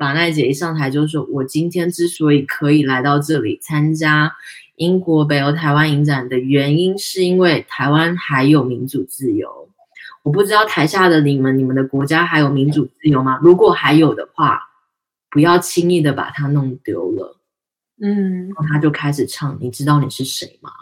法奈姐一上台就说，我今天之所以可以来到这里参加英国北欧台湾影展的原因，是因为台湾还有民主自由。我不知道台下的你们的国家还有民主自由吗？如果还有的话，不要轻易的把它弄丢了。然后他就开始唱，你知道你是谁吗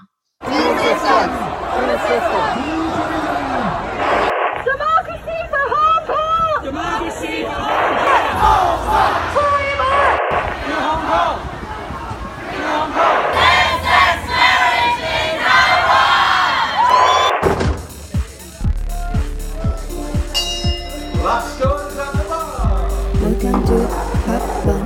？Democracy for Hong Kong! Democracy for Hong Kong! To Hong Kong! To Hong Kong! Same-sex marriage in Taiwan! Let's go to Taiwan! Welcome to Pop on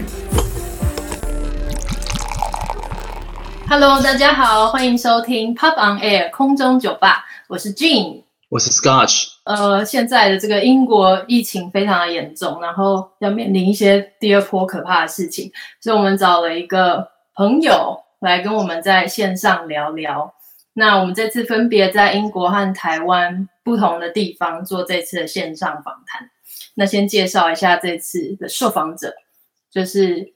Air。Hello， 大家好，欢迎收听 Pop on Air 空中酒吧，我是 Jean， 我是 Scotch。 现在的这个英国疫情非常的严重，然后要面临一些第二波可怕的事情，所以我们找了一个朋友来跟我们在线上聊聊。那我们这次分别在英国和台湾不同的地方做这次的线上访谈。那先介绍一下这次的受访者，就是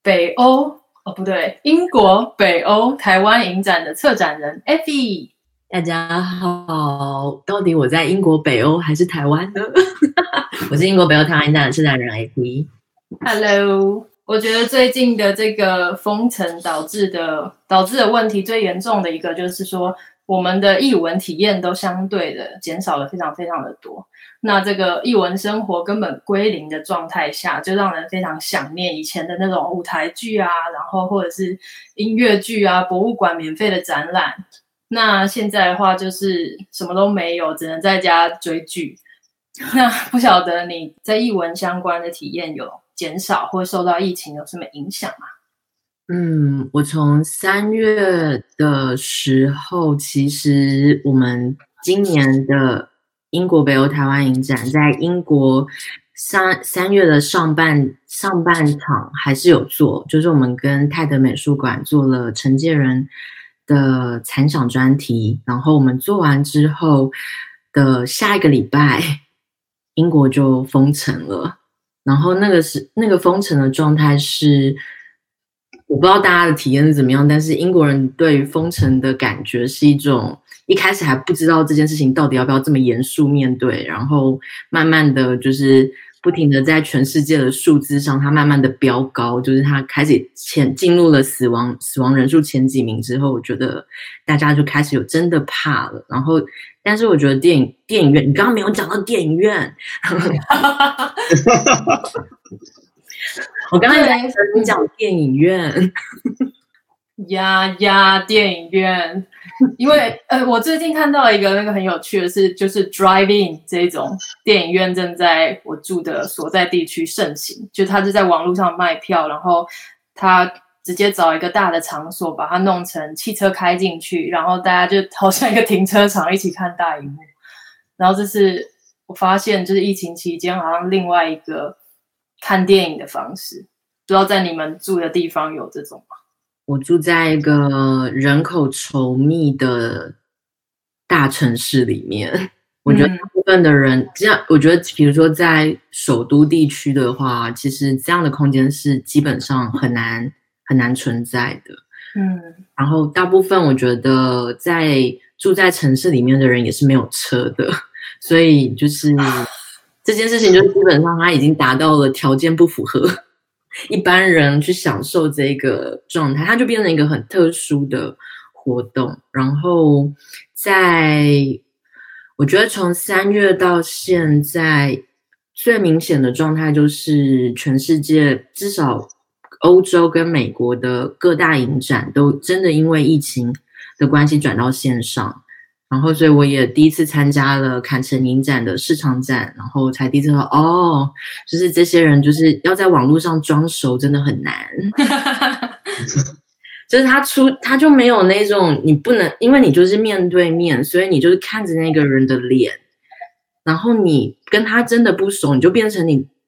英国北欧台湾影展的策展人 Effie。 大家好，到底我在英国北欧还是台湾呢？我是英国北欧台湾影展的策展人 Effie。 Hello， 我觉得最近的这个封城导致的问题最严重的一个就是说，我们的艺文体验都相对的减少了非常非常的多。那这个艺文生活根本归零的状态下，就让人非常想念以前的那种舞台剧啊，然后或者是音乐剧啊，博物馆免费的展览。那现在的话就是什么都没有，只能在家追剧。那不晓得你在艺文相关的体验有减少或受到疫情有什么影响吗？ 我从3月的时候，其实我们今年的英国北欧台湾影展在英国三月的上半场还是有做，就是我们跟泰德美术馆做了陈介仁的残响专题，然后我们做完之后的下一个礼拜，英国就封城了。然后那个封城的状态是，我不知道大家的体验是怎么样，但是英国人对于封城的感觉是一种一开始还不知道这件事情到底要不要这么严肃面对，然后慢慢的就是不停的在全世界的数字上它慢慢的飙高，就是它开始进入了死亡人数前几名之后，我觉得大家就开始有真的怕了。然后但是我觉得电影院，你刚刚没有讲到电影院我刚刚在跟你讲电影院电影院，因为我最近看到一个那个很有趣的是，就是 drive-in 这种电影院正在我住的所在地区盛行，就他是在网络上卖票，然后他直接找一个大的场所把它弄成汽车开进去，然后大家就好像一个停车场一起看大荧幕。然后这是我发现就是疫情期间好像另外一个看电影的方式，不知道在你们住的地方有这种吗？ 我住在一个人口稠密的大城市里面，我觉得大部分的人这样，我觉得比如说在首都地区的话，其实这样的空间是基本上很难存在的。然后大部分我觉得住在城市里面的人也是没有车的，所以就是这件事情就基本上它已经达到了条件不符合一般人去享受这个状态，它就变成一个很特殊的活动。然后我觉得从3月到现在最明显的状态就是全世界至少欧洲跟美国的各大影展都真的因为疫情的关系转到线上，然后所以我也第一次参加了坎城影展的市场展，然后才第一次说就是这些人就是要在网络上装熟真的很难就是他就没有那种你不能，因为你就是面对面，所以你就是看着那个人的脸，然后你跟他真的不熟，你就变成你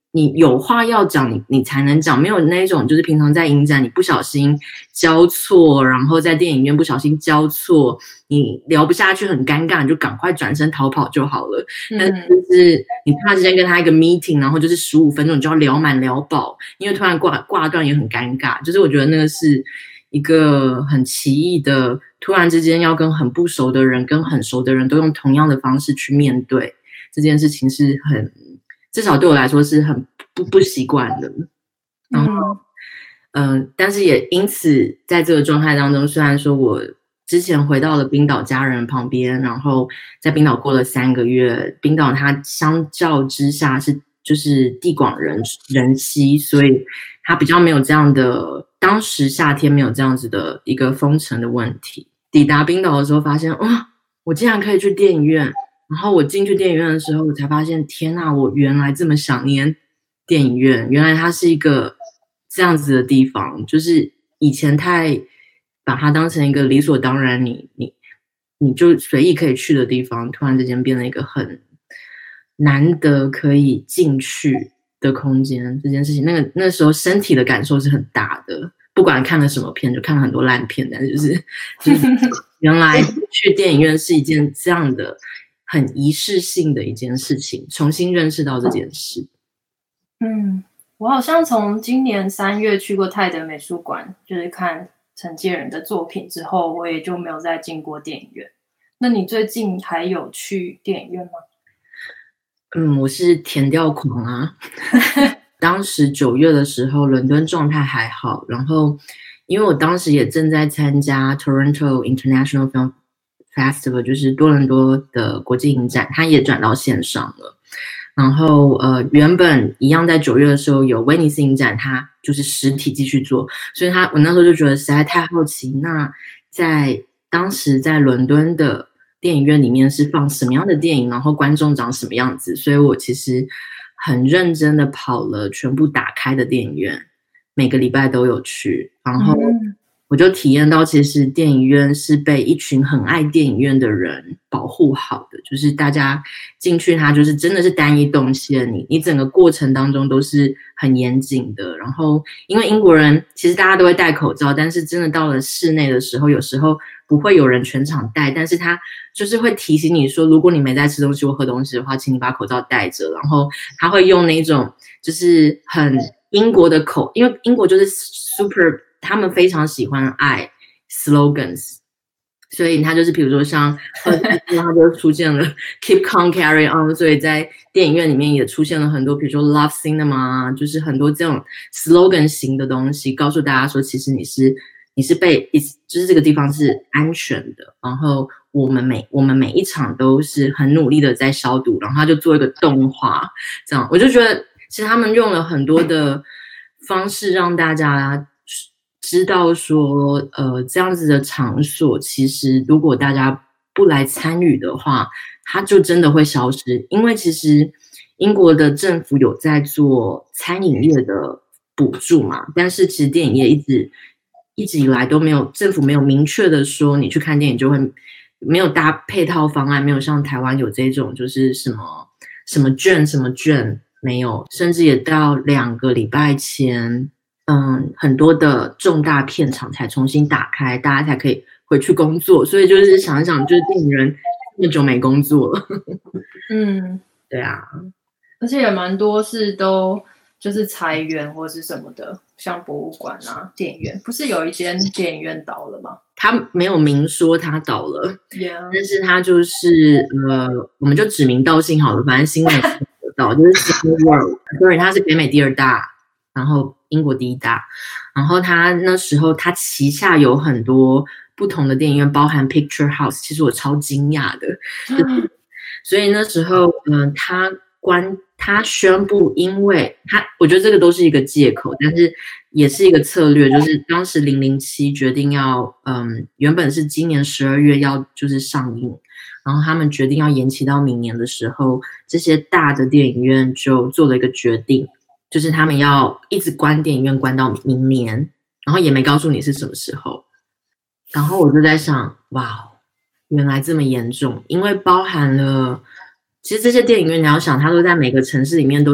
你有话要讲，你才能讲，没有那种就是平常在影展你不小心交错，然后在电影院不小心交错，你聊不下去很尴尬，你就赶快转身逃跑就好了。但是就是你突然之间跟他一个 meeting， 然后就是15分钟你就要聊满聊饱，因为突然挂断也很尴尬。就是我觉得那个是一个很奇异的，突然之间要跟很不熟的人跟很熟的人都用同样的方式去面对这件事情，是很至少对我来说是很不习惯的。然后但是也因此在这个状态当中，虽然说我之前回到了冰岛家人旁边，然后在冰岛过了3个月，冰岛它相较之下是就是地广人稀，所以它比较没有这样的，当时夏天没有这样子的一个封城的问题。抵达冰岛的时候发现，哇，我竟然可以去电影院。然后我进去电影院的时候，我才发现，天哪，我原来这么想念电影院，原来它是一个这样子的地方，就是以前太把它当成一个理所当然，你就随意可以去的地方，突然之间变了一个很难得可以进去的空间。这件事情，那时候身体的感受是很大的，不管看了什么片，就看了很多烂片，但是就是原来去电影院是一件这样的很仪式性的一件事情，重新认识到这件事。 我好像从今年3月去过泰德美术馆，就是看陈介仁的作品之后，我也就没有再进过电影院。那你最近还有去电影院吗？ 我是填调狂啊。当时9月的时候，伦敦状态还好，然后因为我当时也正在参加 Toronto International Film Festival， 就是多伦多的国际影展，它也转到线上了。然后原本一样在9月的时候有威尼斯影展，它就是实体继续做，所以我那时候就觉得实在太好奇，那在当时在伦敦的电影院里面是放什么样的电影，然后观众长什么样子，所以我其实很认真的跑了全部打开的电影院，每个礼拜都有去，然后我就体验到其实电影院是被一群很爱电影院的人保护好的，就是大家进去它就是真的是单一动线，你整个过程当中都是很严谨的。然后因为英国人其实大家都会戴口罩，但是真的到了室内的时候，有时候不会有人全场戴，但是他就是会提醒你说，如果你没在吃东西或喝东西的话，请你把口罩戴着。然后他会用那种就是很英国的因为英国就是 super， 他们非常喜欢爱 slogans， 所以他就是比如说像他就出现了 keep calm carry on， 所以在电影院里面也出现了很多比如说 love cinema， 就是很多这种 slogan 型的东西，告诉大家说其实你是被就是这个地方是安全的，然后我们每一场都是很努力的在消毒，然后他就做一个动画，这样我就觉得其实他们用了很多的方式让大家知道说这样子的场所其实如果大家不来参与的话，它就真的会消失。因为其实英国的政府有在做餐饮业的补助嘛，但是其实电影业一直以来都没有，政府没有明确的说你去看电影就会没有搭配套方案，没有像台湾有这种就是什么券没有，甚至也到2个礼拜前很多的重大片场才重新打开，大家才可以回去工作，所以就是想一想，就是电影人那么久没工作了。对啊， 而且也蛮多是都就是裁员或是什么的，像博物馆啊、电影院，不是有一间电影院倒了吗？ 他没有明说他倒了， yeah. 但是他就是我们就指名道姓好了，反正新闻有到，就是 Cineworld World， 所以他是北美第2大，然后英国第1大，然后他那时候他旗下有很多不同的电影院，包含 Picture House， 其实我超惊讶的，所以那时候他宣布，因为我觉得这个都是一个借口，但是也是一个策略，就是当时007决定要原本是今年12月要就是上映，然后他们决定要延期到明年的时候，这些大的电影院就做了一个决定，就是他们要一直关电影院关到明年，然后也没告诉你是什么时候。然后我就在想，哇，原来这么严重，因为包含了其实这些电影院你要想它都在每个城市里面都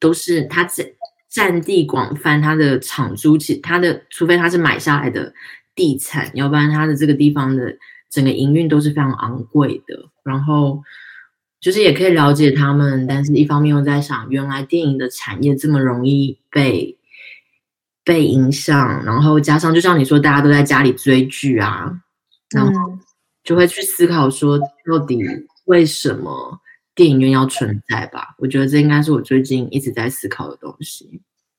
都是它占地广泛，它的场租除非它是买下来的地产，要不然它的这个地方的整个营运都是非常昂贵的。然后就是也可以了解他们，但是一方面又在想，原来电影的产业这么容易被影响，然后加上就像你说，大家都在家里追剧啊，然后就会去思考说，到底为什么电影院要存在吧？我觉得这应该是我最近一直在思考的东西。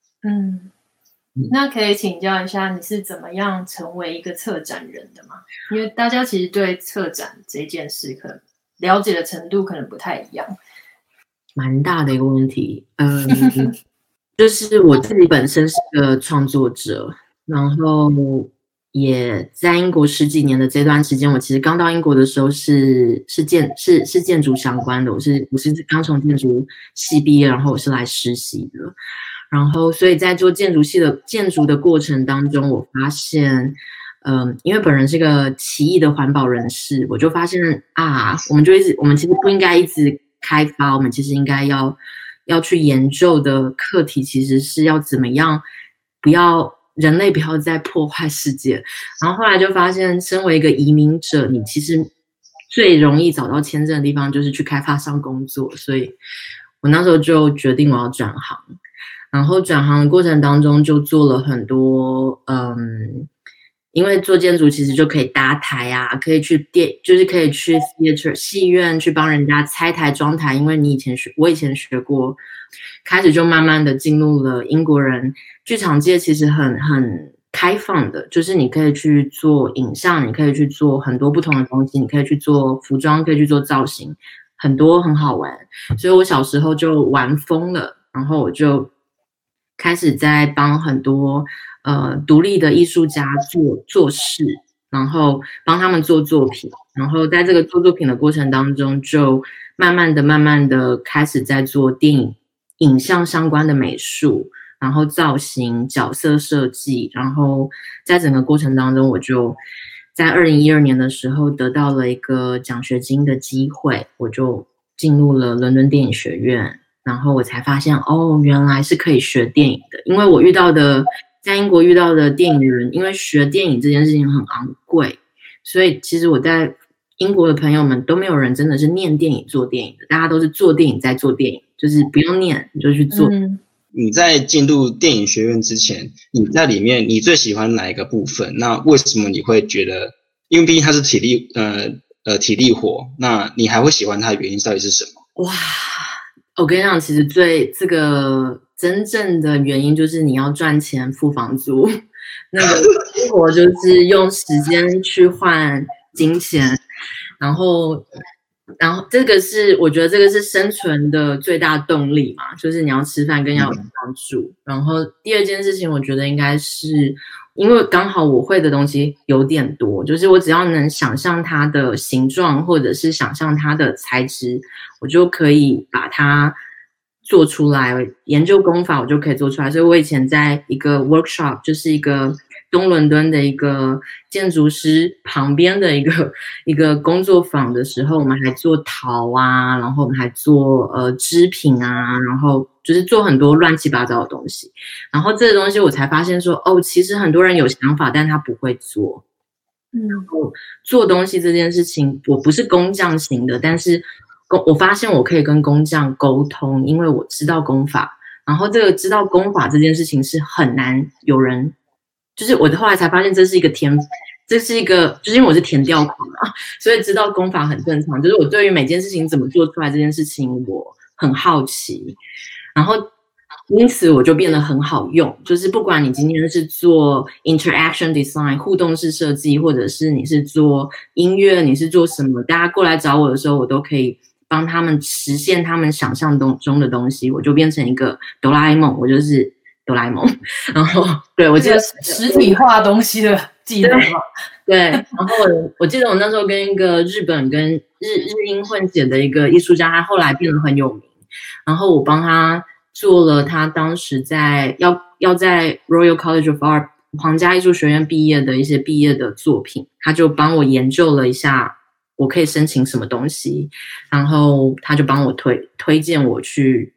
那可以请教一下，你是怎么样成为一个策展人的吗？因为大家其实对策展这件事可能了解的程度可能不太一样， 蛮大的一个问题。就是我自己本身是个创作者，然后也在英国10几年的这段时间，我其实刚到英国的时候是建筑相关的，我是刚从建筑系毕业，然后我是来实习的，然后所以在做建筑的过程当中，我发现，因为本人是个奇异的环保人士，我就发现我们其实不应该一直开发，我们其实应该要去研究的课题，其实是要怎么样人类不要再破坏世界。然后后来就发现，身为一个移民者，你其实最容易找到签证的地方就是去开发商工作，所以我那时候就决定我要转行。然后转行的过程当中就做了很多，因为做建筑其实就可以搭台啊，可以去就是可以去 theater 戏院去帮人家拆台装台，因为我以前学过，开始就慢慢的进入了英国人剧场界，其实很开放的，就是你可以去做影像，你可以去做很多不同的东西，你可以去做服装，可以去做造型，很多很好玩。所以我小时候就玩疯了，然后我就开始在帮很多独立的艺术家做事，然后帮他们做作品，然后在这个做作品的过程当中，就慢慢的开始在做电影影像相关的美术，然后造型、角色设计，然后在整个过程当中，我就在2012年的时候得到了一个奖学金的机会，我就进入了伦敦电影学院，然后我才发现原来是可以学电影的，因为我在英国遇到的电影人，因为学电影这件事情很昂贵，所以其实我在英国的朋友们都没有人真的是念电影做电影的，大家都是做电影在做电影，就是不用念你就去做。 你在进入电影学院之前，你在里面你最喜欢哪一个部分？那为什么你会觉得，因为毕竟它是体力活，那你还会喜欢它的原因到底是什么？ 哇，我跟你讲，其实这个真正的原因就是你要赚钱付房租，那个生活就是用时间去换金钱，然后我觉得这个是生存的最大动力嘛，就是你要吃饭跟要有地方住。然后第二件事情，我觉得应该是因为刚好我会的东西有点多，就是我只要能想象它的形状，或者是想象它的材质，我就可以把它做出来。研究工法，我就可以做出来。所以我以前在一个 workshop， 就是一个东伦敦的一个建筑师旁边的一个工作坊的时候，我们还做陶啊，然后我们还做织品啊，然后就是做很多乱七八糟的东西。然后这个东西我才发现说，其实很多人有想法，但他不会做。然后做东西这件事情，我不是工匠型的，但是我发现我可以跟工匠沟通，因为我知道工法。然后这个知道工法这件事情是很难有人。就是我后来才发现就是因为我是填调狂嘛，所以知道工法很正常。就是我对于每件事情怎么做出来这件事情，我很好奇，然后因此我就变得很好用。就是不管你今天是做 interaction design 互动式设计，或者是你是做音乐，你是做什么，大家过来找我的时候，我都可以帮他们实现他们想象中的东西。我就变成一个哆啦 A 梦，我就是哆啦 A 梦，然后对我记得实体化东西的技能嘛， 对，然后我记得我那时候跟一个日本跟日英混血的一个艺术家，他后来变得很有名，然后我帮他做了他当时要在 Royal College of Art 皇家艺术学院毕业的一些毕业的作品，他就帮我研究了一下我可以申请什么东西，然后他就帮我推荐我去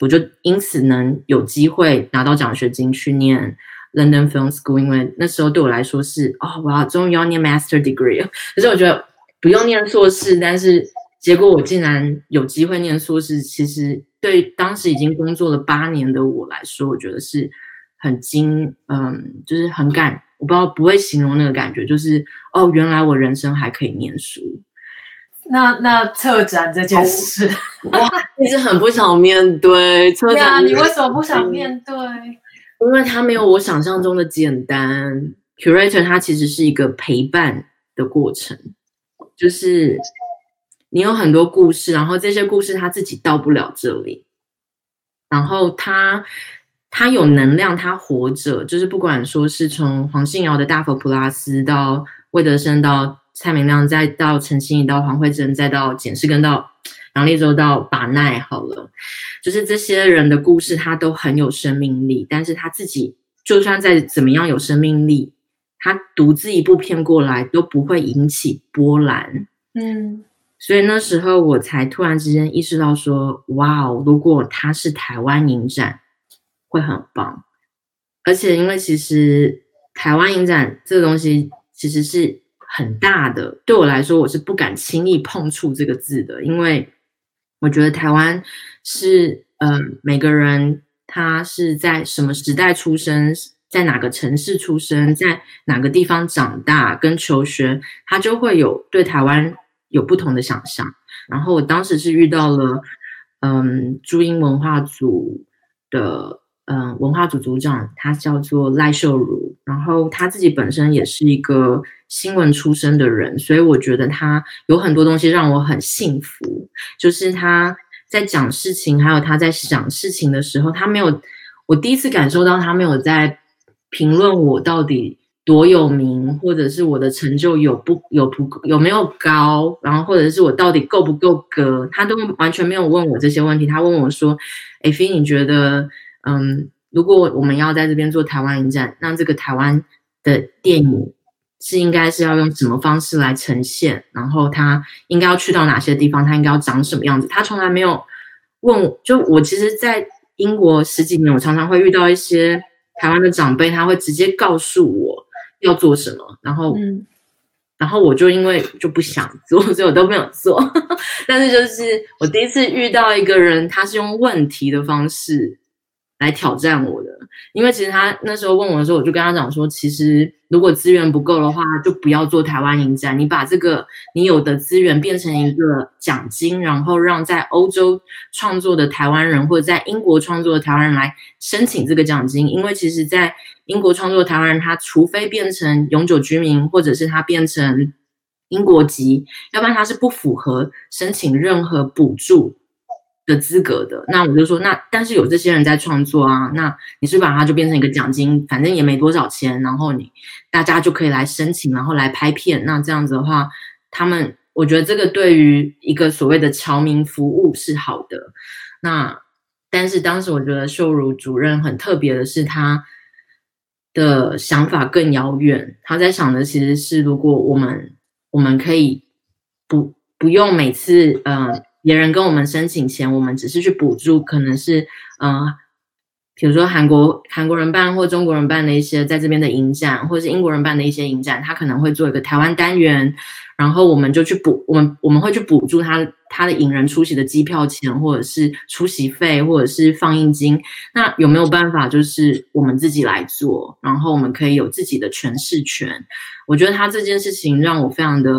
我就因此能有机会拿到奖学金去念 London Film School， 因为那时候对我来说是我终于要念 Master Degree 了。可是我觉得不用念硕士，但是结果我竟然有机会念硕士，其实对当时已经工作了8年的我来说，我觉得是很就是很我不知道不会形容那个感觉，就是原来我人生还可以念书。 那策展这件事， 哇，其实很不想面对策展。 你为什么不想面对？ 因为它没有我想象中的简单。Curator 它其实是一个陪伴的过程，就是你有很多故事，然后这些故事他自己到不了这里，然后他有能量，他活着，就是不管说是从黄信尧的大佛普拉斯到魏德胜到蔡明亮，再到陈欣怡到黄慧珍，再到简世根到杨立洲到把奈，好了，就是这些人的故事他都很有生命力，但是他自己就算再怎么样有生命力，他独自一部片过来都不会引起波澜。所以那时候我才突然之间意识到说，哇，如果他是台湾影展会很棒。而且因为其实台湾影展这个东西其实是很大的，对我来说我是不敢轻易碰触这个字的，因为我觉得台湾是每个人他是在什么时代出生，在哪个城市出生，在哪个地方长大跟求学，他就会有对台湾有不同的想象。然后我当时是遇到了朱英文化组的文化组组长，他叫做赖秀如，然后他自己本身也是一个新闻出身的人，所以我觉得他有很多东西让我很幸福，就是他在讲事情还有他在想事情的时候，我第一次感受到他没有在评论我到底多有名，或者是我的成就有没有高，然后或者是我到底够不够格，他都完全没有问我这些问题。他问我说菲你觉得如果我们要在这边做台湾影展，那这个台湾的电影应该是要用什么方式来呈现，然后他应该要去到哪些地方，他应该要长什么样子，他从来没有问我。就我其实在英国10几年，我常常会遇到一些台湾的长辈，他会直接告诉我要做什么，然后我就因为就不想做，所以我都没有做。但是就是我第一次遇到一个人，他是用问题的方式来挑战我的。因为其实他那时候问我的时候，我就跟他讲说，其实如果资源不够的话，就不要做台湾影展，你把这个你有的资源变成一个奖金，然后让在欧洲创作的台湾人或者在英国创作的台湾人来申请这个奖金。因为其实在英国创作的台湾人，他除非变成永久居民，或者是他变成英国籍，要不然他是不符合申请任何补助的资格的。那我就说，但是有这些人在创作啊，那你是把它就变成一个奖金，反正也没多少钱，然后大家就可以来申请，然后来拍片。那这样子的话，我觉得这个对于一个所谓的侨民服务是好的。但是当时我觉得秀如主任很特别的是，他的想法更遥远。他在想的其实是，如果我们可以不用每次别人跟我们申请前，我们只是去补助，可能是比如说韩国人办或中国人办的一些在这边的影展，或者是英国人办的一些影展，他可能会做一个台湾单元，然后我们就去我们会去补助他的影人出席的机票钱，或者是出席费，或者是放映金。那有没有办法就是我们自己来做，然后我们可以有自己的诠释权？我觉得他这件事情让我非常的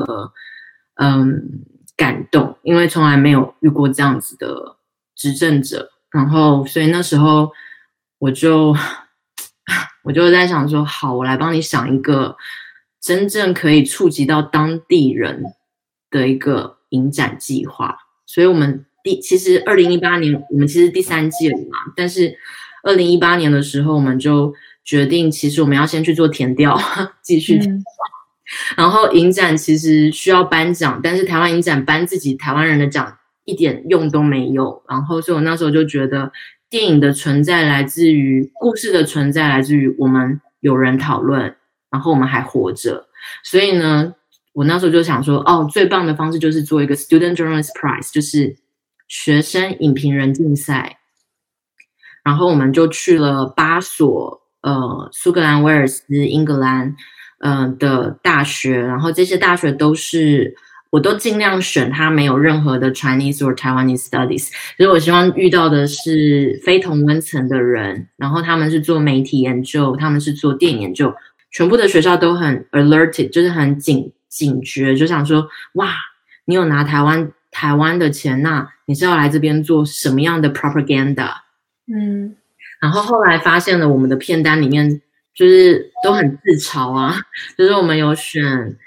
感动，因为从来没有遇过这样子的执政者。然后所以那时候我就在想说，好，我来帮你想一个真正可以触及到当地人的一个影展计划。所以我们其实2018年我们其实第3届了嘛，但是2018年的时候我们就决定，其实我们要先去做田调，继续田调。然后影展其实需要颁奖，但是台湾影展颁自己台湾人的奖一点用都没有。然后所以我那时候就觉得，电影的存在来自于故事的存在，来自于我们有人讨论，然后我们还活着。所以呢，我那时候就想说，最棒的方式就是做一个 Student Journalist Prize， 就是学生影评人竞赛。 然后我们就去了8所苏格兰、威尔斯、英格兰的大学，然后这些大学我都尽量选它没有任何的 Chinese or Taiwanese studies， 所以我希望遇到的是非同温层的人，然后他们是做媒体研究，他们是做电影研究，全部的学校都很 alerted， 就是很警觉，就想说哇，你有拿台湾的钱，那你是要来这边做什么样的 propaganda？ 然后后来发现了我们的片单里面就是都很自嘲啊，就是我们有选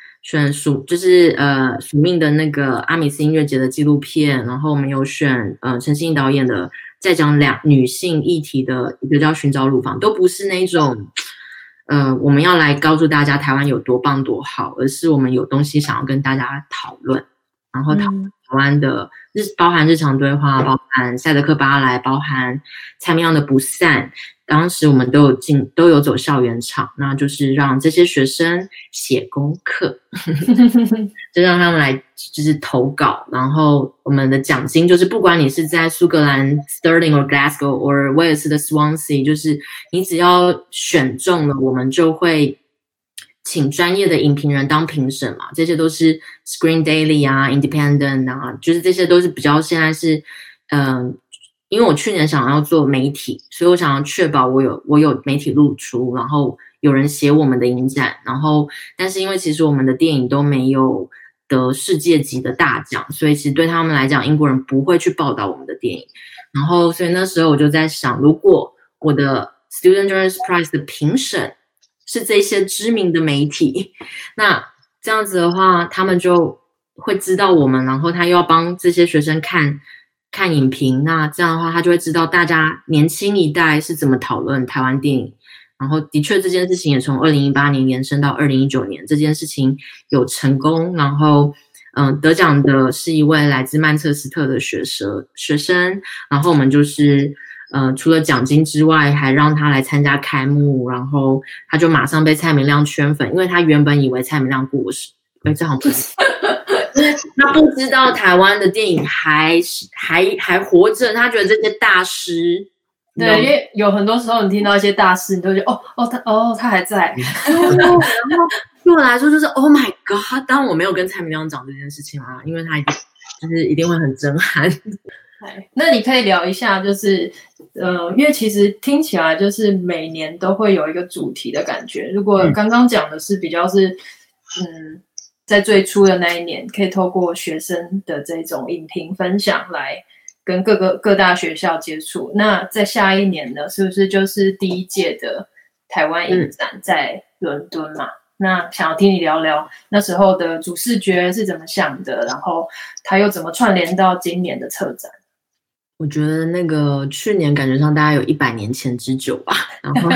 署命的那个阿米斯音乐节的纪录片，然后我们有选陈欣怡导演的在讲女性议题的一个叫寻找乳房，都不是那种我们要来告诉大家台湾有多棒多好，而是我们有东西想要跟大家讨论，然后讨论台湾的包含日常对话，包含赛德克巴莱，包含蔡明亮的不散。当时我们都有走校园场，那就是让这些学生写功课就让他们来就是投稿，然后我们的奖金就是不管你是在苏格兰 Stirling or Glasgow or 威尔斯的 Swansea， 就是你只要选中了，我们就会请专业的影评人当评审嘛，这些都是 Screen Daily 啊 Independent 啊，就是这些都是比较现在是因为我去年想要做媒体，所以我想要确保我有媒体露出，然后有人写我们的影展，然后但是因为其实我们的电影都没有得世界级的大奖，所以其实对他们来讲，英国人不会去报道我们的电影。然后所以那时候我就在想，如果我的 Student Journalist Prize 的评审是这些知名的媒体，那这样子的话，他们就会知道我们，然后他又要帮这些学生看影评，那这样的话他就会知道大家年轻一代是怎么讨论台湾电影。然后的确这件事情也从2018年延伸到2019年，这件事情有成功，然后得奖的是一位来自曼彻斯特的学生，然后我们就是除了奖金之外，还让他来参加开幕，然后他就马上被蔡明亮圈粉，因为他原本以为蔡明亮过世，这好不是他不知道台湾的电影还活着，他觉得这些大师， 对，因为有很多时候你听到一些大师，你都觉得他还在。 然后对我来说就是 Oh my God， 当然我没有跟蔡明亮讲这件事情啊，因为他一定会很震撼。 那你可以聊一下，就是因为其实听起来就是每年都会有一个主题的感觉。如果刚刚讲的是比较是在最初的那一年，可以透过学生的这种影评分享来跟各大学校接触。那在下一年呢，是不是就是第一届的台湾影展在伦敦嘛？那想要听你聊聊那时候的主视觉是怎么想的，然后他又怎么串联到今年的策展？ 我觉得那个去年感觉上大概有100年前之久吧，然后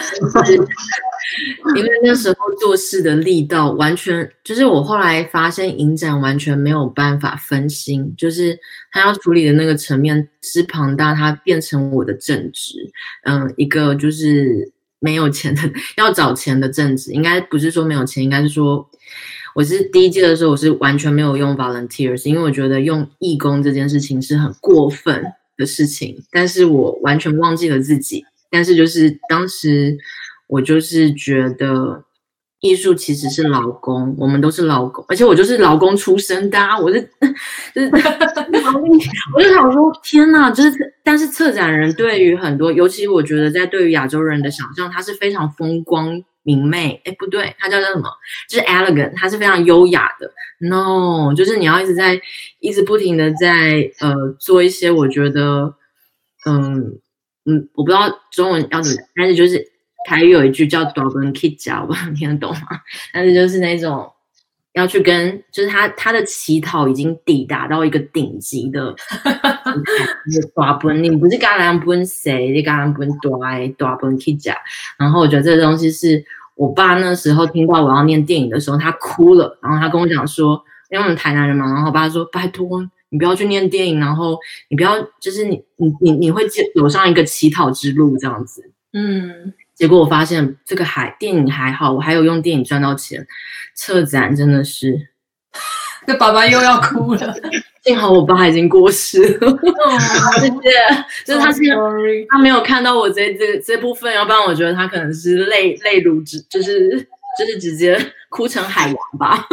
因为那时候做事的力道完全就是我后来发现影展完全没有办法分心，就是他要处理的那个层面之庞大，它变成我的正职，一个就是没有钱的要找钱的正职，应该不是说没有钱，应该是说我是第一届的时候我是完全没有用 volunteers， 因为我觉得用义工这件事情是很过分的事情，但是我完全忘记了自己，但是就是当时我就是觉得艺术其实是劳工，我们都是劳工，而且我就是劳工出身的啊，就是我就想说天哪，就是但是策展人对于很多，尤其我觉得在对于亚洲人的想象，他是非常风光明媚，不对，它叫什么？就是 elegant， 它是非常优雅的。No， 就是你要一直不停的在做一些，我觉得我不知道中文要怎么，但是就是台语有一句叫大本起家，我不知道你听得懂吗？但是就是那种要去跟，就是他的乞讨已经抵达到一个顶级的大本，你不是跟人分谁，你跟人分大本起家。然后我觉得这个东西是我爸那时候听到我要念电影的时候，他哭了，然后他跟我讲说，因为我们台南人嘛，然后我爸说拜托你不要去念电影，然后你不要就是你会走上一个乞讨之路这样子。结果我发现这个电影还好，我还有用电影赚到钱，策展真的是， 这爸爸又要哭了。 幸好我爸已经过世了，谢谢。就是他没有看到我这部分，要不然我觉得他可能是泪如就是直接哭成海洋吧。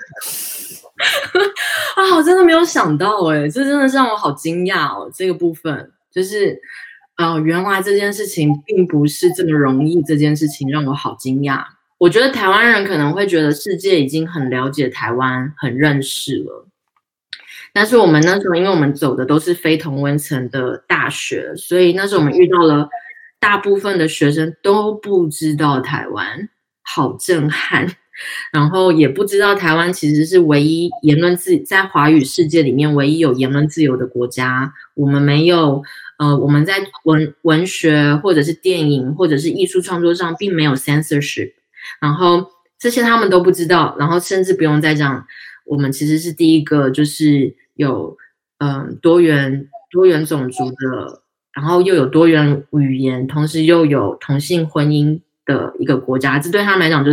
啊，我真的没有想到这真的是让我好惊讶哦。这个部分就是原来这件事情并不是这么容易，这件事情让我好惊讶。我觉得台湾人可能会觉得世界已经很了解台湾，很认识了。但是我们那时候，因为我们走的都是非同温层的大学，所以那时候我们遇到了大部分的学生都不知道台湾，好震撼。然后也不知道台湾其实是唯一言论在华语世界里面唯一有言论自由的国家。我们没有我们在文学或者是电影或者是艺术创作上并没有 censorship。然后这些他们都不知道，然后甚至不用再讲，我们其实是第一个就是有多元种族的，然后又有多元语言，同时又有同性婚姻的一个国家，这对他们来讲就是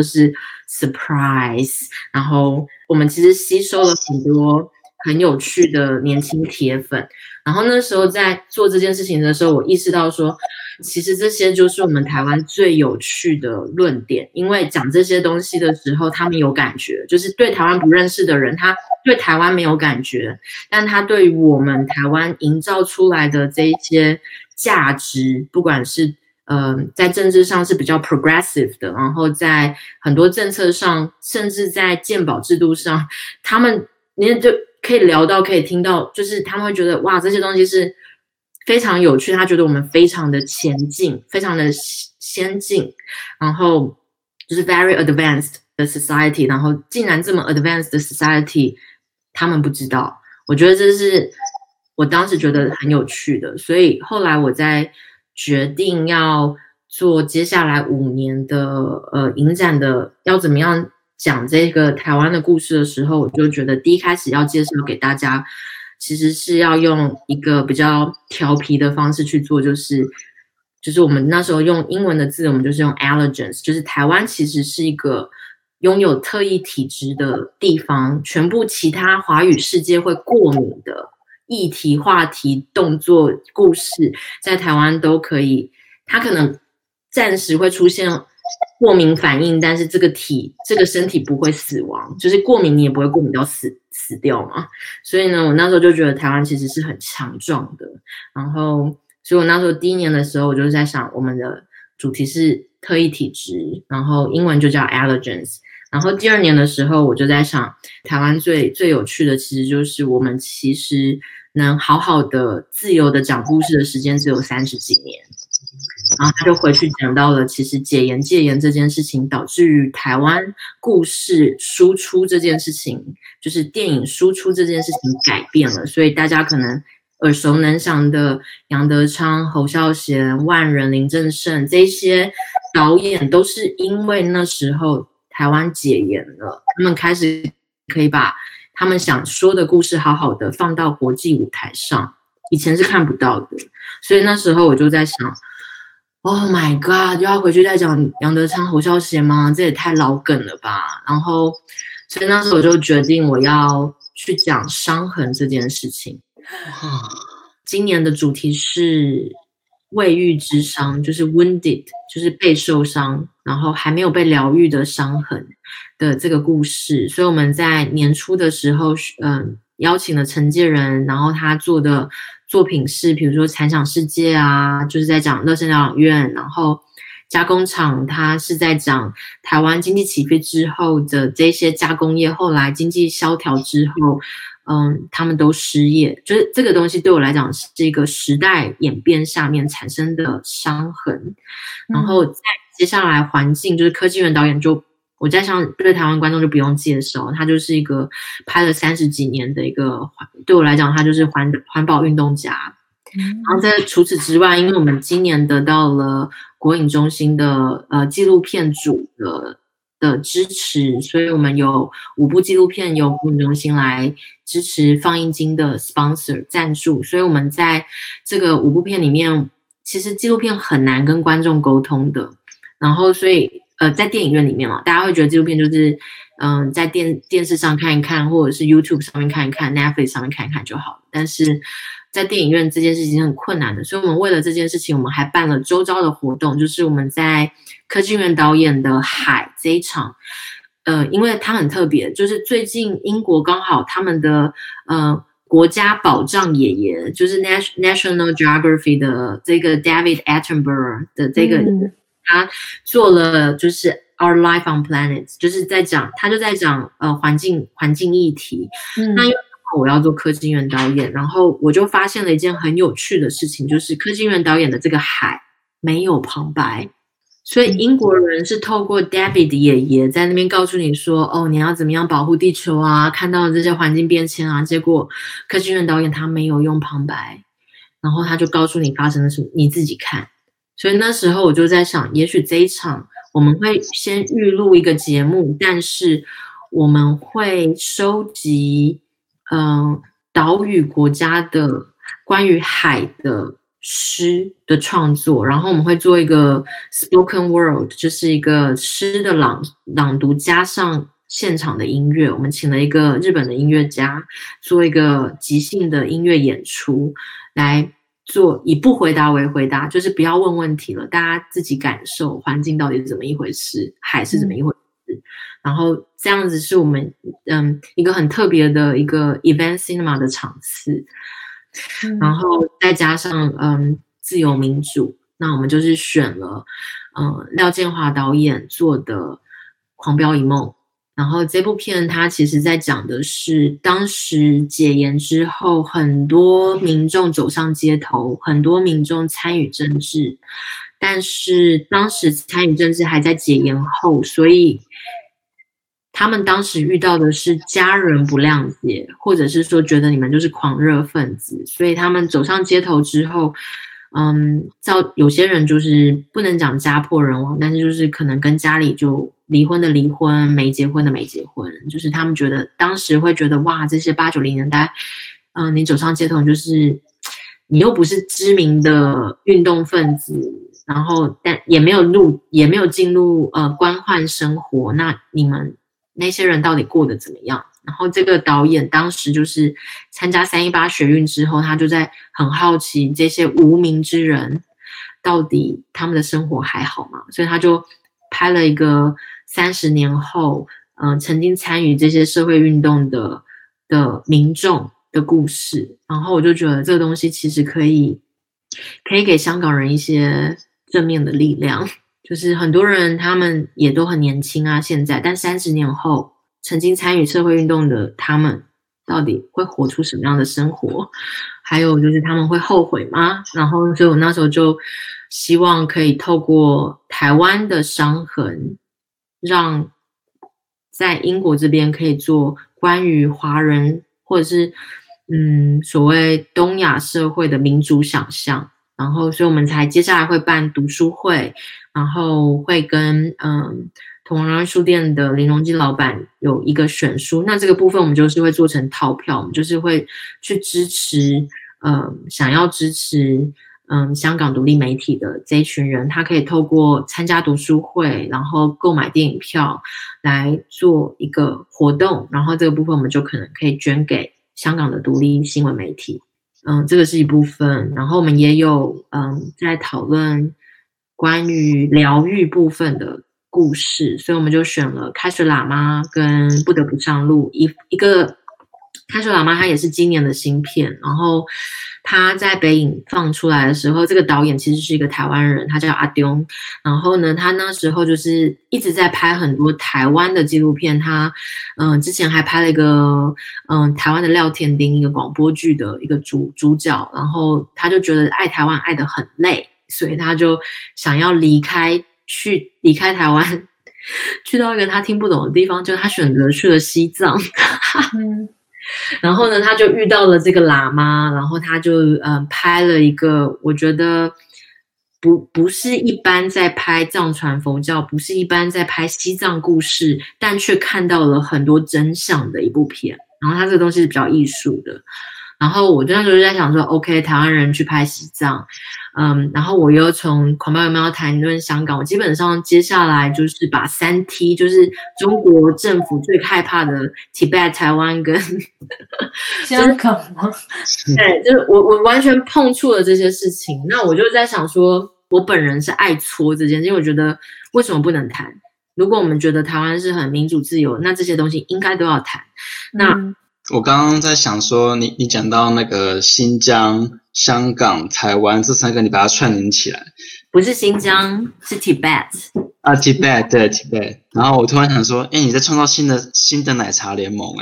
surprise。然后我们其实吸收了很多很有趣的年轻铁粉，然后那时候在做这件事情的时候，我意识到说其实这些就是我们台湾最有趣的论点，因为讲这些东西的时候他们有感觉，就是对台湾不认识的人他对台湾没有感觉，但他对于我们台湾营造出来的这一些价值，不管是在政治上是比较 progressive 的，然后在很多政策上，甚至在健保制度上，他们你就可以聊到可以听到，就是他们会觉得哇这些东西是非常有趣，他觉得我们非常的前进，非常的先进，然后就是 very advanced 的 society， 然后竟然这么 advanced 的 society 他们不知道，我觉得这是我当时觉得很有趣的。所以后来我在决定要做接下来5年的影展的要怎么样讲这个台湾的故事的时候，我就觉得第一开始要介绍给大家其实是要用一个比较调皮的方式去做，就是我们那时候用英文的字，我们就是用 allergens， 就是台湾其实是一个拥有特异体质的地方，全部其他华语世界会过敏的议题、话题、动作、故事，在台湾都可以，它可能暂时会出现过敏反应，但是这个身体不会死亡，就是过敏你也不会过敏到死掉嘛。所以呢，我那时候就觉得台湾其实是很强壮的。然后，所以我那时候第1年的时候，我就在想，我们的主题是特异体质，然后英文就叫 allergens。然后第2年的时候，我就在想，台湾最有趣的其实就是我们其实能好好的自由的讲故事的时间只有30几年。然后他就回去讲到了，其实戒严这件事情导致于台湾故事输出这件事情，就是电影输出这件事情改变了，所以大家可能耳熟能详的杨德昌、侯孝贤、万人、林正盛这些导演都是因为那时候台湾解严了，他们开始可以把他们想说的故事好好的放到国际舞台上，以前是看不到的。所以那时候我就在想，Oh my god， 就要回去再讲杨德昌、侯孝贤吗？这也太老梗了吧。然后所以那时候我就决定我要去讲伤痕这件事情。今年的主题是未愈之伤，就是 wounded， 就是被受伤然后还没有被疗愈的伤痕的这个故事。所以我们在年初的时候邀请了陈介仁，然后他做的作品是比如说残响世界啊，就是在讲乐生疗养院，然后加工厂他是在讲台湾经济起飞之后的这些加工业，后来经济萧条之后他们都失业，就是这个东西对我来讲是一个时代演变下面产生的伤痕。然后在接下来环境，就是柯基元导演我在想对台湾观众就不用介绍，他就是一个拍了30几年的一个，对我来讲他就是环保运动家。然后除此之外，因为我们今年得到了国影中心的纪录片组的支持，所以我们有5部纪录片由国影中心来支持放映金的 sponsor 赞助，所以我们在这个5部片里面，其实纪录片很难跟观众沟通的，然后所以在电影院里面嘛，大家会觉得纪录片就是在电视上看一看，或者是 YouTube 上面看一看 ，Netflix 上面看一看就好了。但是在电影院这件事情很困难的，所以我们为了这件事情，我们还办了周遭的活动，就是我们在柯金元导演的《海》这一场，因为它很特别，就是最近英国刚好他们的国家宝藏爷爷，就是 National Geography 的这个 David Attenborough 的这个，他做了就是 Our Life on Planet， 就是他就在讲环境议题。那因为我要做柯金元导演，然后我就发现了一件很有趣的事情，就是柯金元导演的这个海没有旁白，所以英国人是透过 David 爷爷在那边告诉你说，你要怎么样保护地球啊，看到这些环境变迁啊，结果柯金元导演他没有用旁白，然后他就告诉你发生了什么，你自己看。所以那时候我就在想，也许这一场我们会先预录一个节目，但是我们会收集岛屿国家的关于海的诗的创作，然后我们会做一个 spoken word， 就是一个诗的朗读加上现场的音乐。我们请了一个日本的音乐家做一个即兴的音乐演出，来做以不回答为回答，就是不要问问题了，大家自己感受环境到底是怎么一回事，海是怎么一回事。然后这样子是我们一个很特别的一个 event cinema 的场次，然后再加上自由民主，那我们就是选了廖建华导演做的《狂飙一梦》，然后这部片它其实在讲的是当时解严之后，很多民众走上街头，很多民众参与政治，但是当时参与政治还在解严后，所以他们当时遇到的是家人不谅解，或者是说觉得你们就是狂热分子，所以他们走上街头之后，有些人就是不能讲家破人亡，但是就是可能跟家里就离婚的离婚，没结婚的没结婚，就是他们觉得当时会觉得哇，这些80、90年代，你走上街头就是你又不是知名的运动分子，然后但也没有进入官宦生活，那你们那些人到底过得怎么样？然后这个导演当时就是参加318学运之后，他就在很好奇这些无名之人到底他们的生活还好吗？所以他就拍了一个30年后曾经参与这些社会运动的民众的故事。然后我就觉得这个东西其实可以给香港人一些正面的力量，就是很多人他们也都很年轻啊，现在，但30年后曾经参与社会运动的他们到底会活出什么样的生活，还有就是他们会后悔吗？然后所以我那时候就希望可以透过台湾的伤痕，让在英国这边可以做关于华人或者是所谓东亚社会的民主想象。然后所以我们才接下来会办读书会，然后会跟同仁书店的林荣基老板有一个选书，那这个部分我们就是会做成套票，我们就是会去支持想要支持香港独立媒体的这一群人，他可以透过参加读书会，然后购买电影票来做一个活动，然后这个部分我们就可能可以捐给香港的独立新闻媒体。这个是一部分，然后我们也有在讨论关于疗愈部分的故事，所以我们就选了开水喇嘛跟不得不上路，一个开水喇嘛他也是今年的新片，然后他在北影放出来的时候，这个导演其实是一个台湾人，他叫阿丢，然后呢他那时候就是一直在拍很多台湾的纪录片，他之前还拍了一个台湾的廖天丁一个广播剧的一个主角，然后他就觉得爱台湾爱得很累，所以他就想要离开台湾，去到一个他听不懂的地方，就他选择去了西藏。然后呢他就遇到了这个喇嘛，然后他就拍了一个我觉得不是一般在拍藏传佛教，不是一般在拍西藏故事，但却看到了很多真相的一部片，然后他这个东西是比较艺术的， 然后我那时候就在想说 OK 台湾人去拍西藏，然后我又从狂飙有没有谈论香港，我基本上接下来就是把3T 就是中国政府最害怕的 Tibet 台湾跟香港吗？ 对，就是我完全碰触了这些事情，那我就在想说我本人是爱戳这件事，因为我觉得为什么不能谈？如果我们觉得台湾是很民主自由，那这些东西应该都要谈。那我刚刚在想说，你讲到那个新疆、香港、台湾这3个，你把它串联起来， 不是新疆，是 Tibet 啊 ，Tibet 对 Tibet。然后我突然想说，你在创造新的奶茶联盟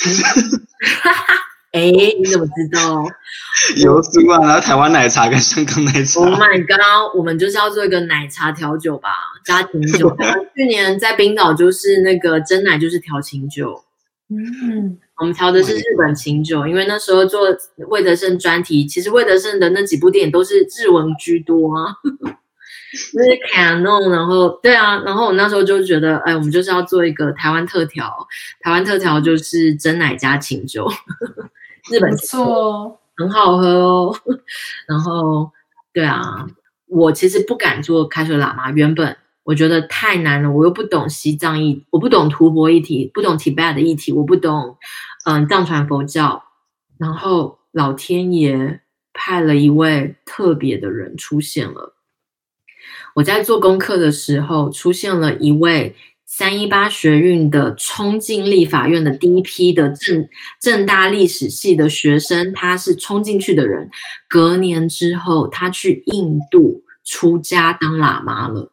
你怎么知道？ 有书啊，然后台湾奶茶跟香港奶茶。 Oh my god！ 我们就是要做一个奶茶调酒吧，家庭酒。去年在冰岛就是那个真奶就是调琴酒，我们调的是日本琴酒，因为那时候做魏德胜专题，其实魏德胜的那几部电影都是日文居多啊，就是 Canon， 然后对啊，然后我那时候就觉得，我们就是要做一个台湾特调，台湾特调就是真奶加琴酒。日本不错， 很好喝哦。然后，对啊，我其实不敢做开水喇嘛，原本我觉得太难了，我又不懂西藏我不懂吐蕃议题，不懂 Tibet 的议题，我不懂藏传佛教。然后老天爷派了一位特别的人出现了。我在做功课的时候，出现了一位318学运的冲进立法院的第一批的政大历史系的学生，他是冲进去的人。隔年之后，他去印度出家当喇嘛了。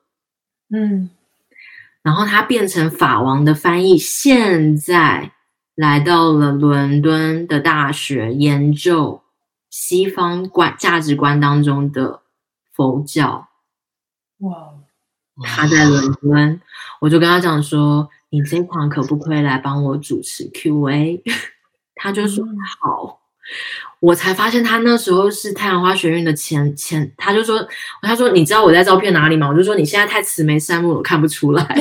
然后他变成法王的翻译，现在来到了伦敦的大学研究西方价值观当中的佛教。 哇！ 他在伦敦，我就跟他讲说，你这一场可不可以来帮我主持 Q&A？ 他就说好。我才发现他那时候是太阳花学运的前，他说你知道我在照片哪里吗？我就说你现在太慈眉善目，我看不出来。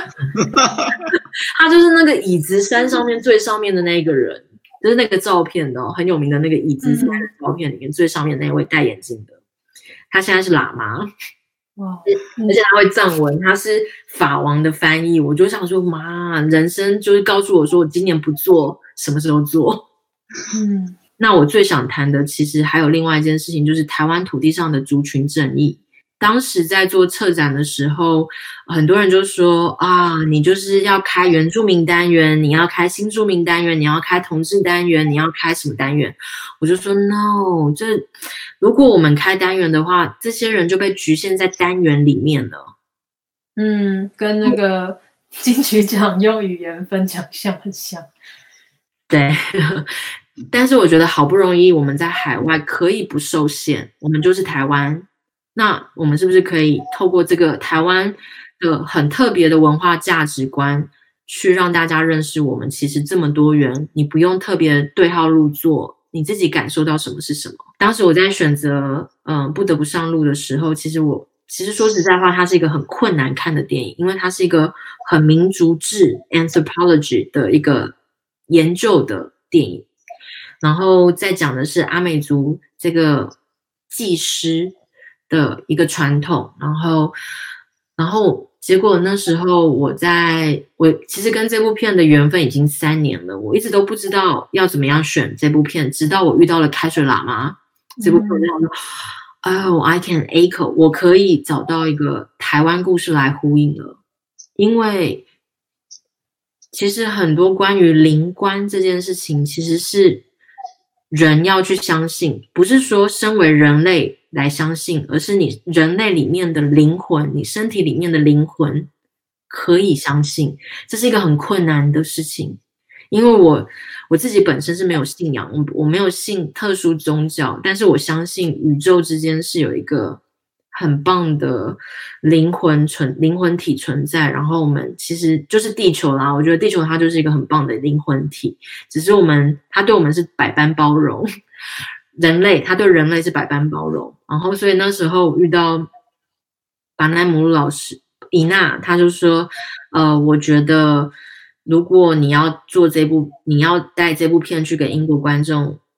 他就是那个椅子山上面最上面的那个人，就是那个照片的很有名的那个椅子山的照片里面最上面那位戴眼镜的，他现在是喇嘛。 哇！ 而且他会藏文，他是法王的翻译。我就想说，妈，人生就是告诉我说，我今年不做，什么时候做？那我最想谈的，其实还有另外一件事情，就是台湾土地上的族群正义。当时在做策展的时候，很多人就说啊，你就是要开原住民单元，你要开新住民单元，你要开同志单元，你要开什么单元？我就说 no， 如果我们开单元的话，这些人就被局限在单元里面了。 跟那个金曲奖用语言分奖项很像。 对。但是我觉得好不容易我们在海外可以不受限，我们就是台湾，那我们是不是可以透过这个台湾的很特别的文化价值观，去让大家认识我们其实这么多元，你不用特别对号入座，你自己感受到什么是什么。当时我在选择不得不上路的时候，其实说实在话，它是一个很困难看的电影，因为它是一个很民族志 anthropology 的一个研究的电影。然后再讲的是阿美族这个祭师的一个传统，然后结果那时候我其实跟这部片的缘分已经3年了，我一直都不知道要怎么样选这部片，直到我遇到了开水喇嘛这部片，我就想说I can echo， 我可以找到一个台湾故事来呼应了。因为其实很多关于灵观这件事情，其实是人要去相信，不是说身为人类来相信，而是你人类里面的灵魂，你身体里面的灵魂可以相信，这是一个很困难的事情。因为我自己本身是没有信仰，我没有信特殊宗教，但是我相信宇宙之间是有一个很棒的灵魂体存在，然后我们其实就是地球啦，我觉得地球它就是一个很棒的灵魂体，只是它对我们是百般包容，它对人类是百般包容。然后所以那时候遇到巴奈姆鲁老师伊娜，他就说我觉得如果你要带这部片去给英国观众，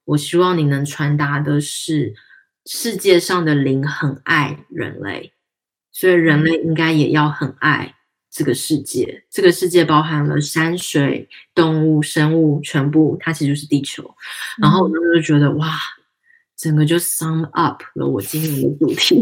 我希望你能传达的是世界上的灵很爱人类，所以人类应该也要很爱这个世界。这个世界包含了山水、动物、生物，全部它其实就是地球。然后我当时就觉得哇，整个就 sum up 了我今年的主题。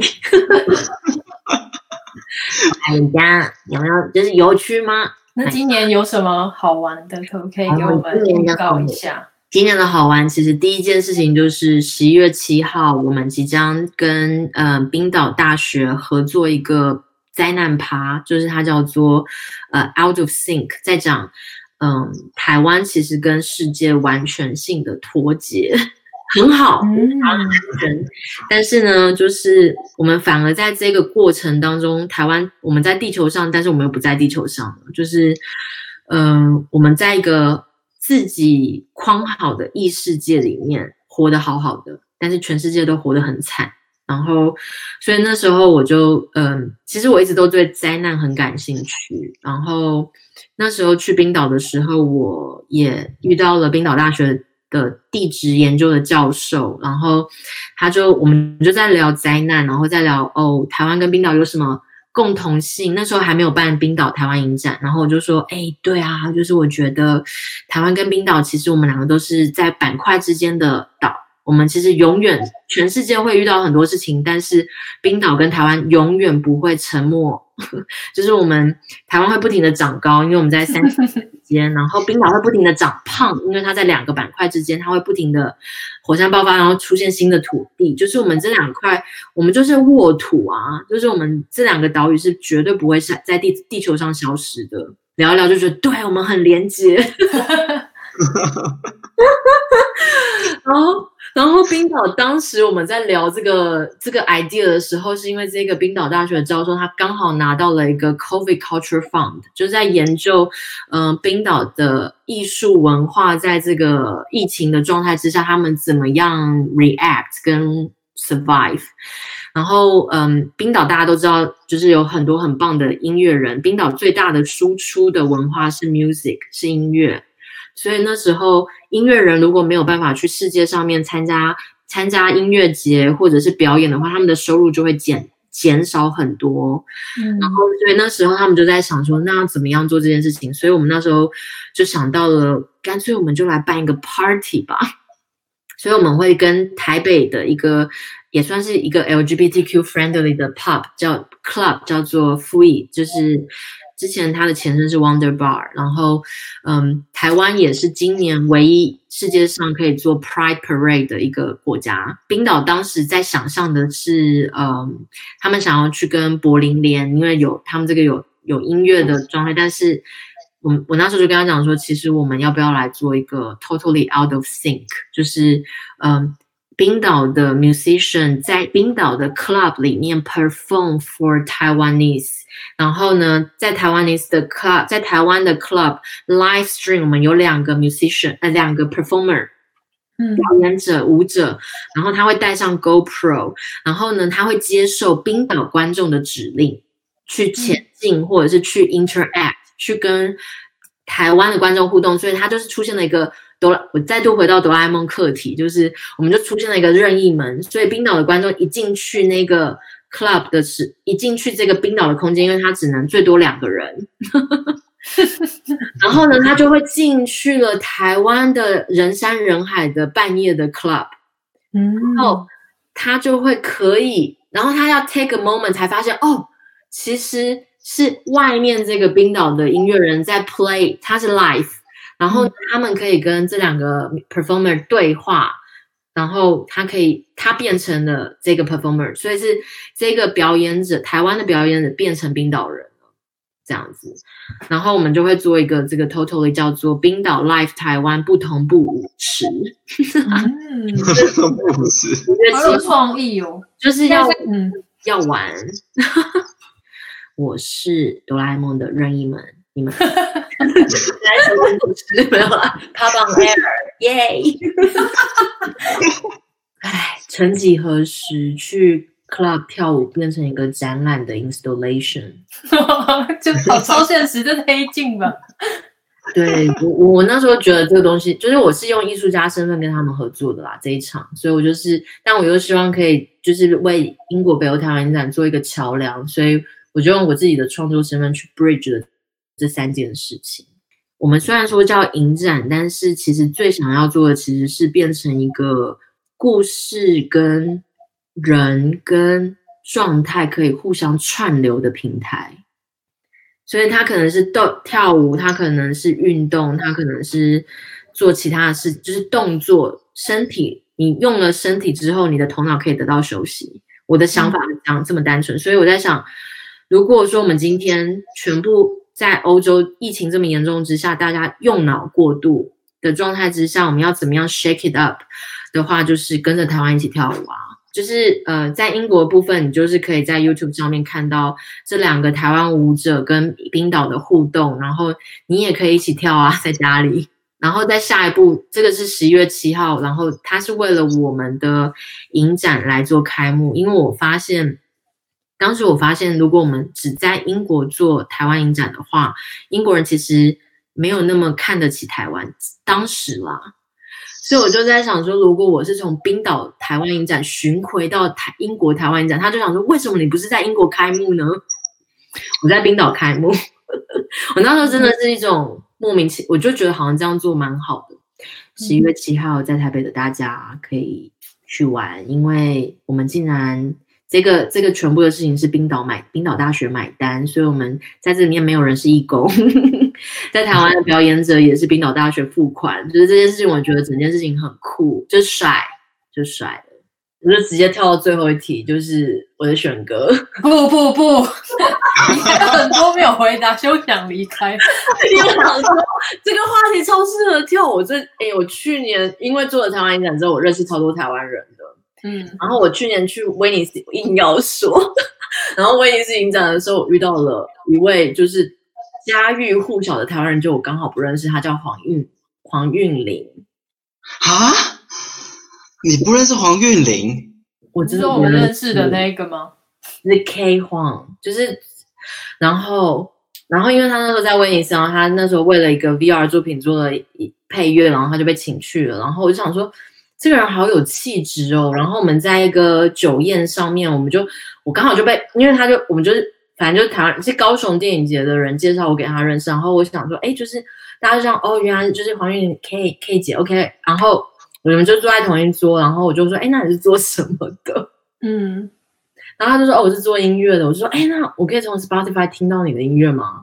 人家有没有就是有趣吗？ 那今年有什么好玩的，可不可以给我们预告一下？ 今年的好玩，其实第一件事情就是11月7号，我们即将跟冰岛大学合作一个灾难趴，就是它叫做Out of Sync， 在讲台湾其实跟世界完全性的脱节。很好，但是呢，就是我们反而在这个过程当中，台湾我们在地球上，但是我们又不在地球上，就是我们在一个自己框好的异世界里面活得好好的，但是全世界都活得很惨。然后，所以那时候我就其实我一直都对灾难很感兴趣。然后那时候去冰岛的时候，我也遇到了冰岛大学的地质研究的教授，然后我们就在聊灾难，然后再聊台湾跟冰岛有什么共同性。那时候还没有办冰岛台湾影展，然后我就说对啊，就是我觉得台湾跟冰岛其实我们两个都是在板块之间的岛，我们其实永远全世界会遇到很多事情，但是冰岛跟台湾永远不会沉默。就是我们台湾会不停的长高，因为我们在3之间，然后冰岛会不停的长胖，因为它在2个板块之间，它会不停的火山爆发，然后出现新的土地。就是我们这2块，我们就是沃土啊，就是我们这2个岛屿是绝对不会在地球上消失的。聊一聊就觉得对我们很连结。然后冰岛当时我们在聊这个 idea 的时候，是因为这个冰岛大学的教授他刚好拿到了一个 COVID Culture Fund， 就是在研究冰岛的艺术文化在这个疫情的状态之下，他们怎么样 react 跟 survive。然后冰岛大家都知道，就是有很多很棒的音乐人，冰岛最大的输出的文化是 music， 是音乐。所以那时候音乐人如果没有办法去世界上面参加音乐节或者是表演的话，他们的收入就会减少很多。然后所以那时候他们就在想说，那要怎么样做这件事情？所以我们那时候就想到了，干脆我们就来办一个 party 吧。所以我们会跟台北的一个也算是一个 LGBTQ friendly 的 club 叫做 Fui， 就是之前它的前身是 Wonder Bar， 然后台湾也是今年唯一世界上可以做 Pride Parade 的一个国家。冰岛当时在想象的是他们想要去跟柏林联，因为他们这个有音乐的状态，但是我那时候就跟他讲说，其实我们要不要来做一个 totally out of sync， 就是冰岛的 musician 在冰岛的 club 里面 perform for Taiwanese， 然后呢在台湾的 club live stream， 我们有2个 musician2个 performer， 表演者舞者，然后他会带上 GoPro， 然后呢他会接受冰岛观众的指令去前进或者是去 interact， 去跟台湾的观众互动。所以他就是出现了一个我再度回到哆啦 A 梦课题，就是我们就出现了一个任意门，所以冰岛的观众一进去那个 club 一进去这个冰岛的空间，因为他只能最多2个人然后呢他就会进去了台湾的人山人海的半夜的 club， 然后他就会然后他要 take a moment 才发现其实是外面这个冰岛的音乐人在 play， 他是 live，然后他们可以跟这2个 performer 对话，然后他变成了这个 performer， 所以是这个表演者，台湾的表演者变成冰岛人了，这样子。然后我们就会做一个这个 totally 叫做冰岛 live 台湾不同步舞池。 不同步舞池， 好有创意哦， 就是要玩。我是哆啦 A 梦的任意门，你们来什么主持没有啦 ？Pop on air， 耶！曾几何时去 club 跳舞变成一个展览的 installation， 就好超现实，这是黑镜吧？ 对，我那时候觉得这个东西，就是我是用艺术家身份跟他们合作的啦，这一场，所以我就是，但我又希望可以就是为英国北欧台湾影展做一个桥梁，所以我就用我自己的创作身份去 bridge 了这3件事情。我们虽然说叫影展，但是其实最想要做的其实是变成一个故事跟人跟状态可以互相串流的平台。所以它可能是跳舞，它可能是运动，它可能是做其他的事，就是动作，身体。你用了身体之后，你的头脑可以得到休息。我的想法是这么单纯，所以我在想，如果说我们今天全部在欧洲疫情这么严重之下，大家用脑过度的状态之下，我们要怎么样 shake it up 的话，就是跟着台湾一起跳舞啊。就是在英国的部分，你就是可以在 YouTube 上面看到这2个台湾舞者跟冰岛的互动，然后你也可以一起跳啊，在家里。然后在下一步，这个是11月7号，然后它是为了我们的影展来做开幕，因为当时我发现，如果我们只在英国做台湾影展的话，英国人其实没有那么看得起台湾，当时啦。所以我就在想说，如果我是从冰岛台湾影展巡回到英国台湾影展，他就想说，为什么你不是在英国开幕呢？我在冰岛开幕。我那时候真的是一种莫名其妙，我就觉得好像这样做蛮好的。11月7号在台北的大家可以去玩，因为我们竟然这个全部的事情是冰岛大学买单，所以我们在这里面没有人是义工。在台湾的表演者也是冰岛大学付款，就是这件事情，我觉得整件事情很酷，就甩了。我就直接跳到最后一题，就是我的选歌。 不，你还有很多没有回答，就想离开。 因为我想说这个话题超适合跳。我去年因为做了台湾影展之后，我认识超多台湾人的。然后我去年去威尼斯，硬要说，然后威尼斯影展的时候，我遇到了一位就是家喻户晓的台湾人，就我刚好不认识，他叫黄韵玲。 啊？你不认识黄韵玲？ 我知道我认识的那个吗？ 是 K 黄，就是然后因为他那时候在威尼斯，然后他那时候为了一个 VR 作品做了配乐，然后他就被请去了。然后我就想说，这个人好有气质哦。然后我们在一个酒宴上面，我刚好就被，因为我们就是反正就是台湾是高雄电影节的人介绍我给他认识，然后我想说，就是大家就想原来就是黄韵玲 K 姐 OK， 然后我们就坐在同一桌，然后我就说，那你是做什么的？然后他就说，我是做音乐的。我就说，那我可以从 Spotify 听到你的音乐吗？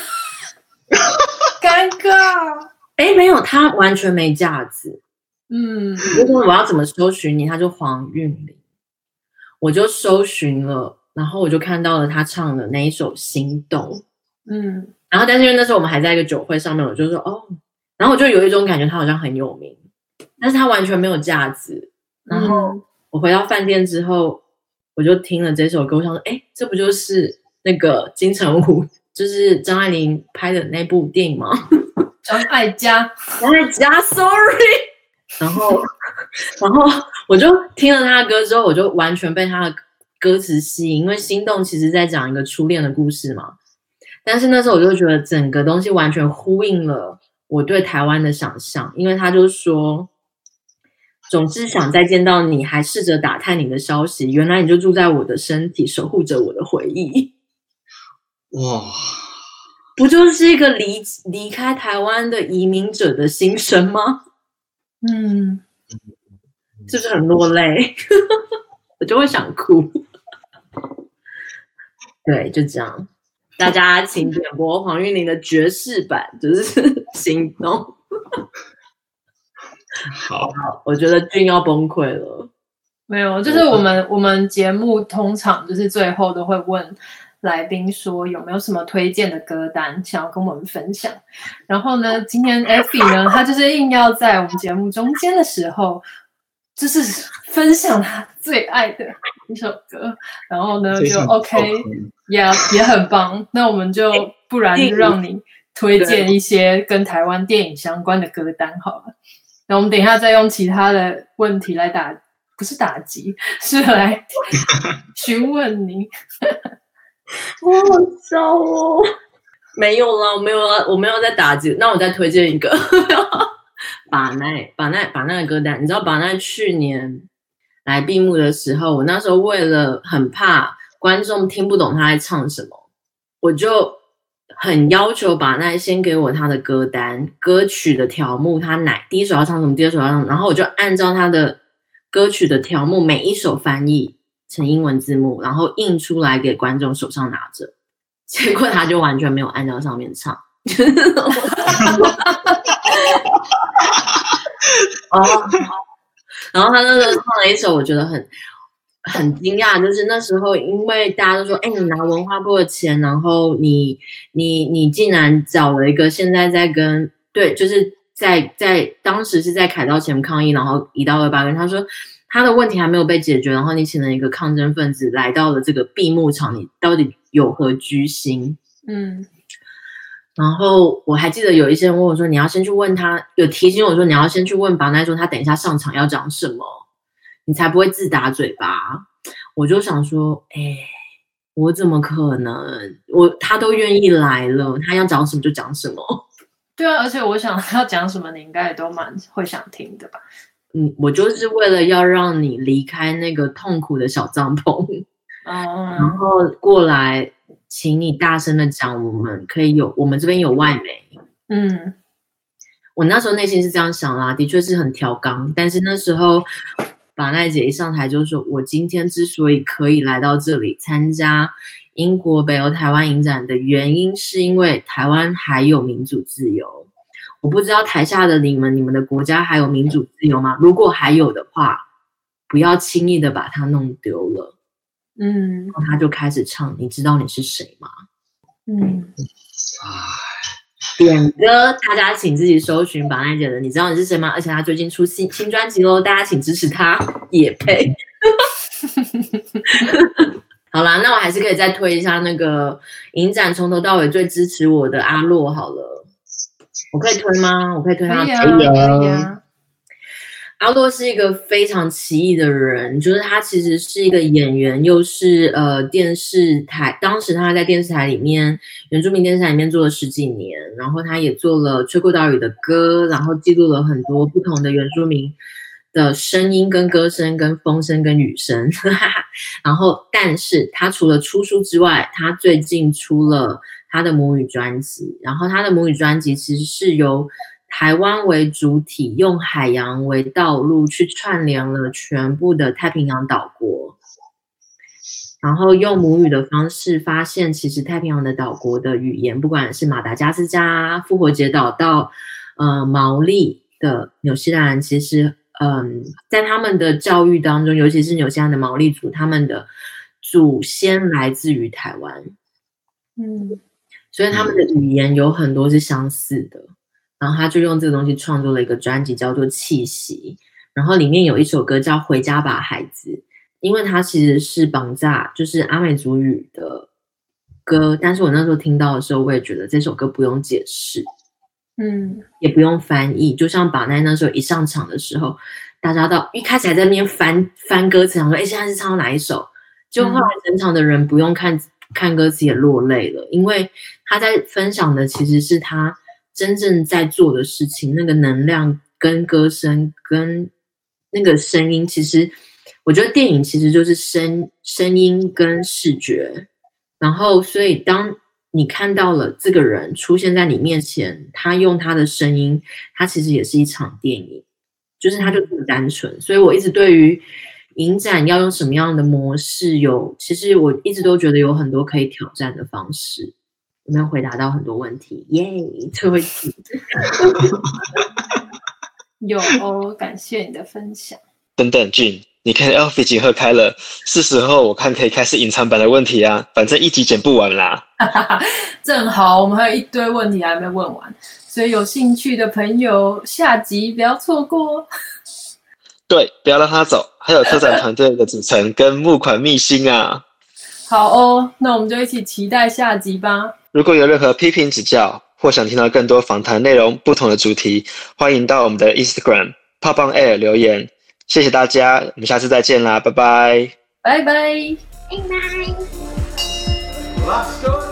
尴尬。 没有，他完全没架子。如果我要怎么搜寻你，他就黄韵玲，我就搜寻了，然后我就看到了他唱的那一首《心动》。然后但是因为那时候我们还在一个酒会上面，我就说然后我就有一种感觉他好像很有名，但是他完全没有架子。然后我回到饭店之后，我就听了这首歌，我想说，这不就是那个金城武，就是张爱玲拍的那部电影吗？ 张艾嘉 ，sorry。然后我就听了他的歌之后，我就完全被他的歌词吸引，因为《心动》其实在讲一个初恋的故事嘛。但是那时候我就觉得整个东西完全呼应了我对台湾的想象，因为他就说，总是想再见到你，还试着打探你的消息，原来你就住在我的身体，守护着我的回忆。 哇， 不就是一个离开台湾的移民者的心声吗？是不是很落泪？我就会想哭。对，就这样。大家请点播黄韵玲的爵士版，就是心动。 好， 我觉得俊要崩溃了。 没有，就是我们节目通常就是最后都会问来宾说有没有什么推荐的歌单想要跟我们分享。然后呢，今天 Effie 呢，她就是硬要在我们节目中间的时候，就是分享她最爱的一首歌。然后呢，就 OK， 也很棒。那我们就不然就让你推荐一些跟台湾电影相关的歌单好了。那我们等一下再用其他的问题来不是打击，是来询问你。 我好笑哦。 没有啦，我没有在打击。那我再推荐一个把奈的歌单。你知道把奈去年来闭幕的时候，我那时候为了很怕观众听不懂他在唱什么，我就很要求把奈先给我他的歌单、歌曲的条目，他第一首要唱什么，第二首要唱什么，然后我就按照他的歌曲的条目，每一首翻译成英文字幕，然后印出来给观众手上拿着。结果他就完全没有按照上面唱。然后他那时候唱了一首我觉得很惊讶，就是那时候因为大家都说，你拿文化部的钱，然后你竟然找了一个现在在跟就是在当时是在凯道前抗议，然后移到28跟他说他的问题还没有被解决，然后你请了一个抗争分子来到了这个闭幕场，你到底有何居心？然后我还记得有一些人问我说，你要先去问他，有提醒我说你要先去问把奈说他等一下上场要讲什么，你才不会自打嘴巴。我就想说，我怎么可能？他都愿意来了，他要讲什么就讲什么。 对啊，而且我想要讲什么，你应该也都蛮会想听的吧？ 我就是为了要让你离开那个痛苦的小帐篷，然后过来，请你大声的讲，我们这边有外媒。我那时候内心是这样想啦，的确是很调纲，但是那时候把奈姐一上台就说，我今天之所以可以来到这里参加英国北欧台湾影展的原因，是因为台湾还有民主自由。我不知道台下的你们的国家还有民主自由吗？如果还有的话，不要轻易的把它弄丢了。然后他就开始唱，你知道你是谁吗？点歌，大家请自己搜寻把奈姐的你知道你是谁吗？而且他最近出新专辑咯，大家请支持他业配。好啦，那我还是可以再推一下那个影展从头到尾最支持我的阿洛好了。我可以推吗？我可以推他。可以啊。阿洛是一个非常奇异的人，就是他其实是一个演员，又是电视台，当时他在电视台里面，原住民电视台里面做了10几年，然后他也做了吹过岛屿的歌，然后记录了很多不同的原住民的声音跟歌声跟风声跟雨声。然后但是他除了出书之外，他最近出了他的母语专辑，然后他的母语专辑其实是由台湾为主体，用海洋为道路去串联了全部的太平洋岛国，然后用母语的方式发现其实太平洋的岛国的语言，不管是马达加斯加、复活节岛到毛利的纽西兰，其实在他们的教育当中，尤其是纽西兰的毛利族，他们的祖先来自于台湾，所以他们的语言有很多是相似的。然后他就用这个东西创作了一个专辑叫做《气息》，然后里面有一首歌叫《回家吧孩子》，因为它其实是绑架，就是阿美族语的歌，但是我那时候听到的时候，我也觉得这首歌不用解释，也不用翻译，就像把奈那时候一上场的时候，大家到一开始还在那边翻歌词，想说现在是唱到哪一首，就后来整场的人不用看歌词也落泪了，因为他在分享的其实是他真正在做的事情，那个能量跟歌声跟那个声音，其实我觉得电影其实就是声音跟视觉，然后所以当你看到了这个人出现在你面前，他用他的声音，他其实也是一场电影，就是他就这么单纯。所以我一直对于影展要用什么样的模式，其实我一直都觉得有很多可以挑战的方式。有没有回答到很多问题？耶，最后一题。 有哦，感谢你的分享。 等等，俊，你看 Elf 已经喝开了，是时候我看可以开始隐藏版的问题啊，反正一集剪不完啦。 正好我们还有一堆问题还没问完，所以有兴趣的朋友下集不要错过。 对，不要让他走，还有特展团队的组成跟募款秘辛啊。 好哦，那我们就一起期待下集吧。 如果有任何批评指教，或想听到更多访谈内容不同的主题，欢迎到我们的 Instagram Pop on Air 留言。谢谢大家，我们下次再见啦，拜拜。 拜拜。 Last story.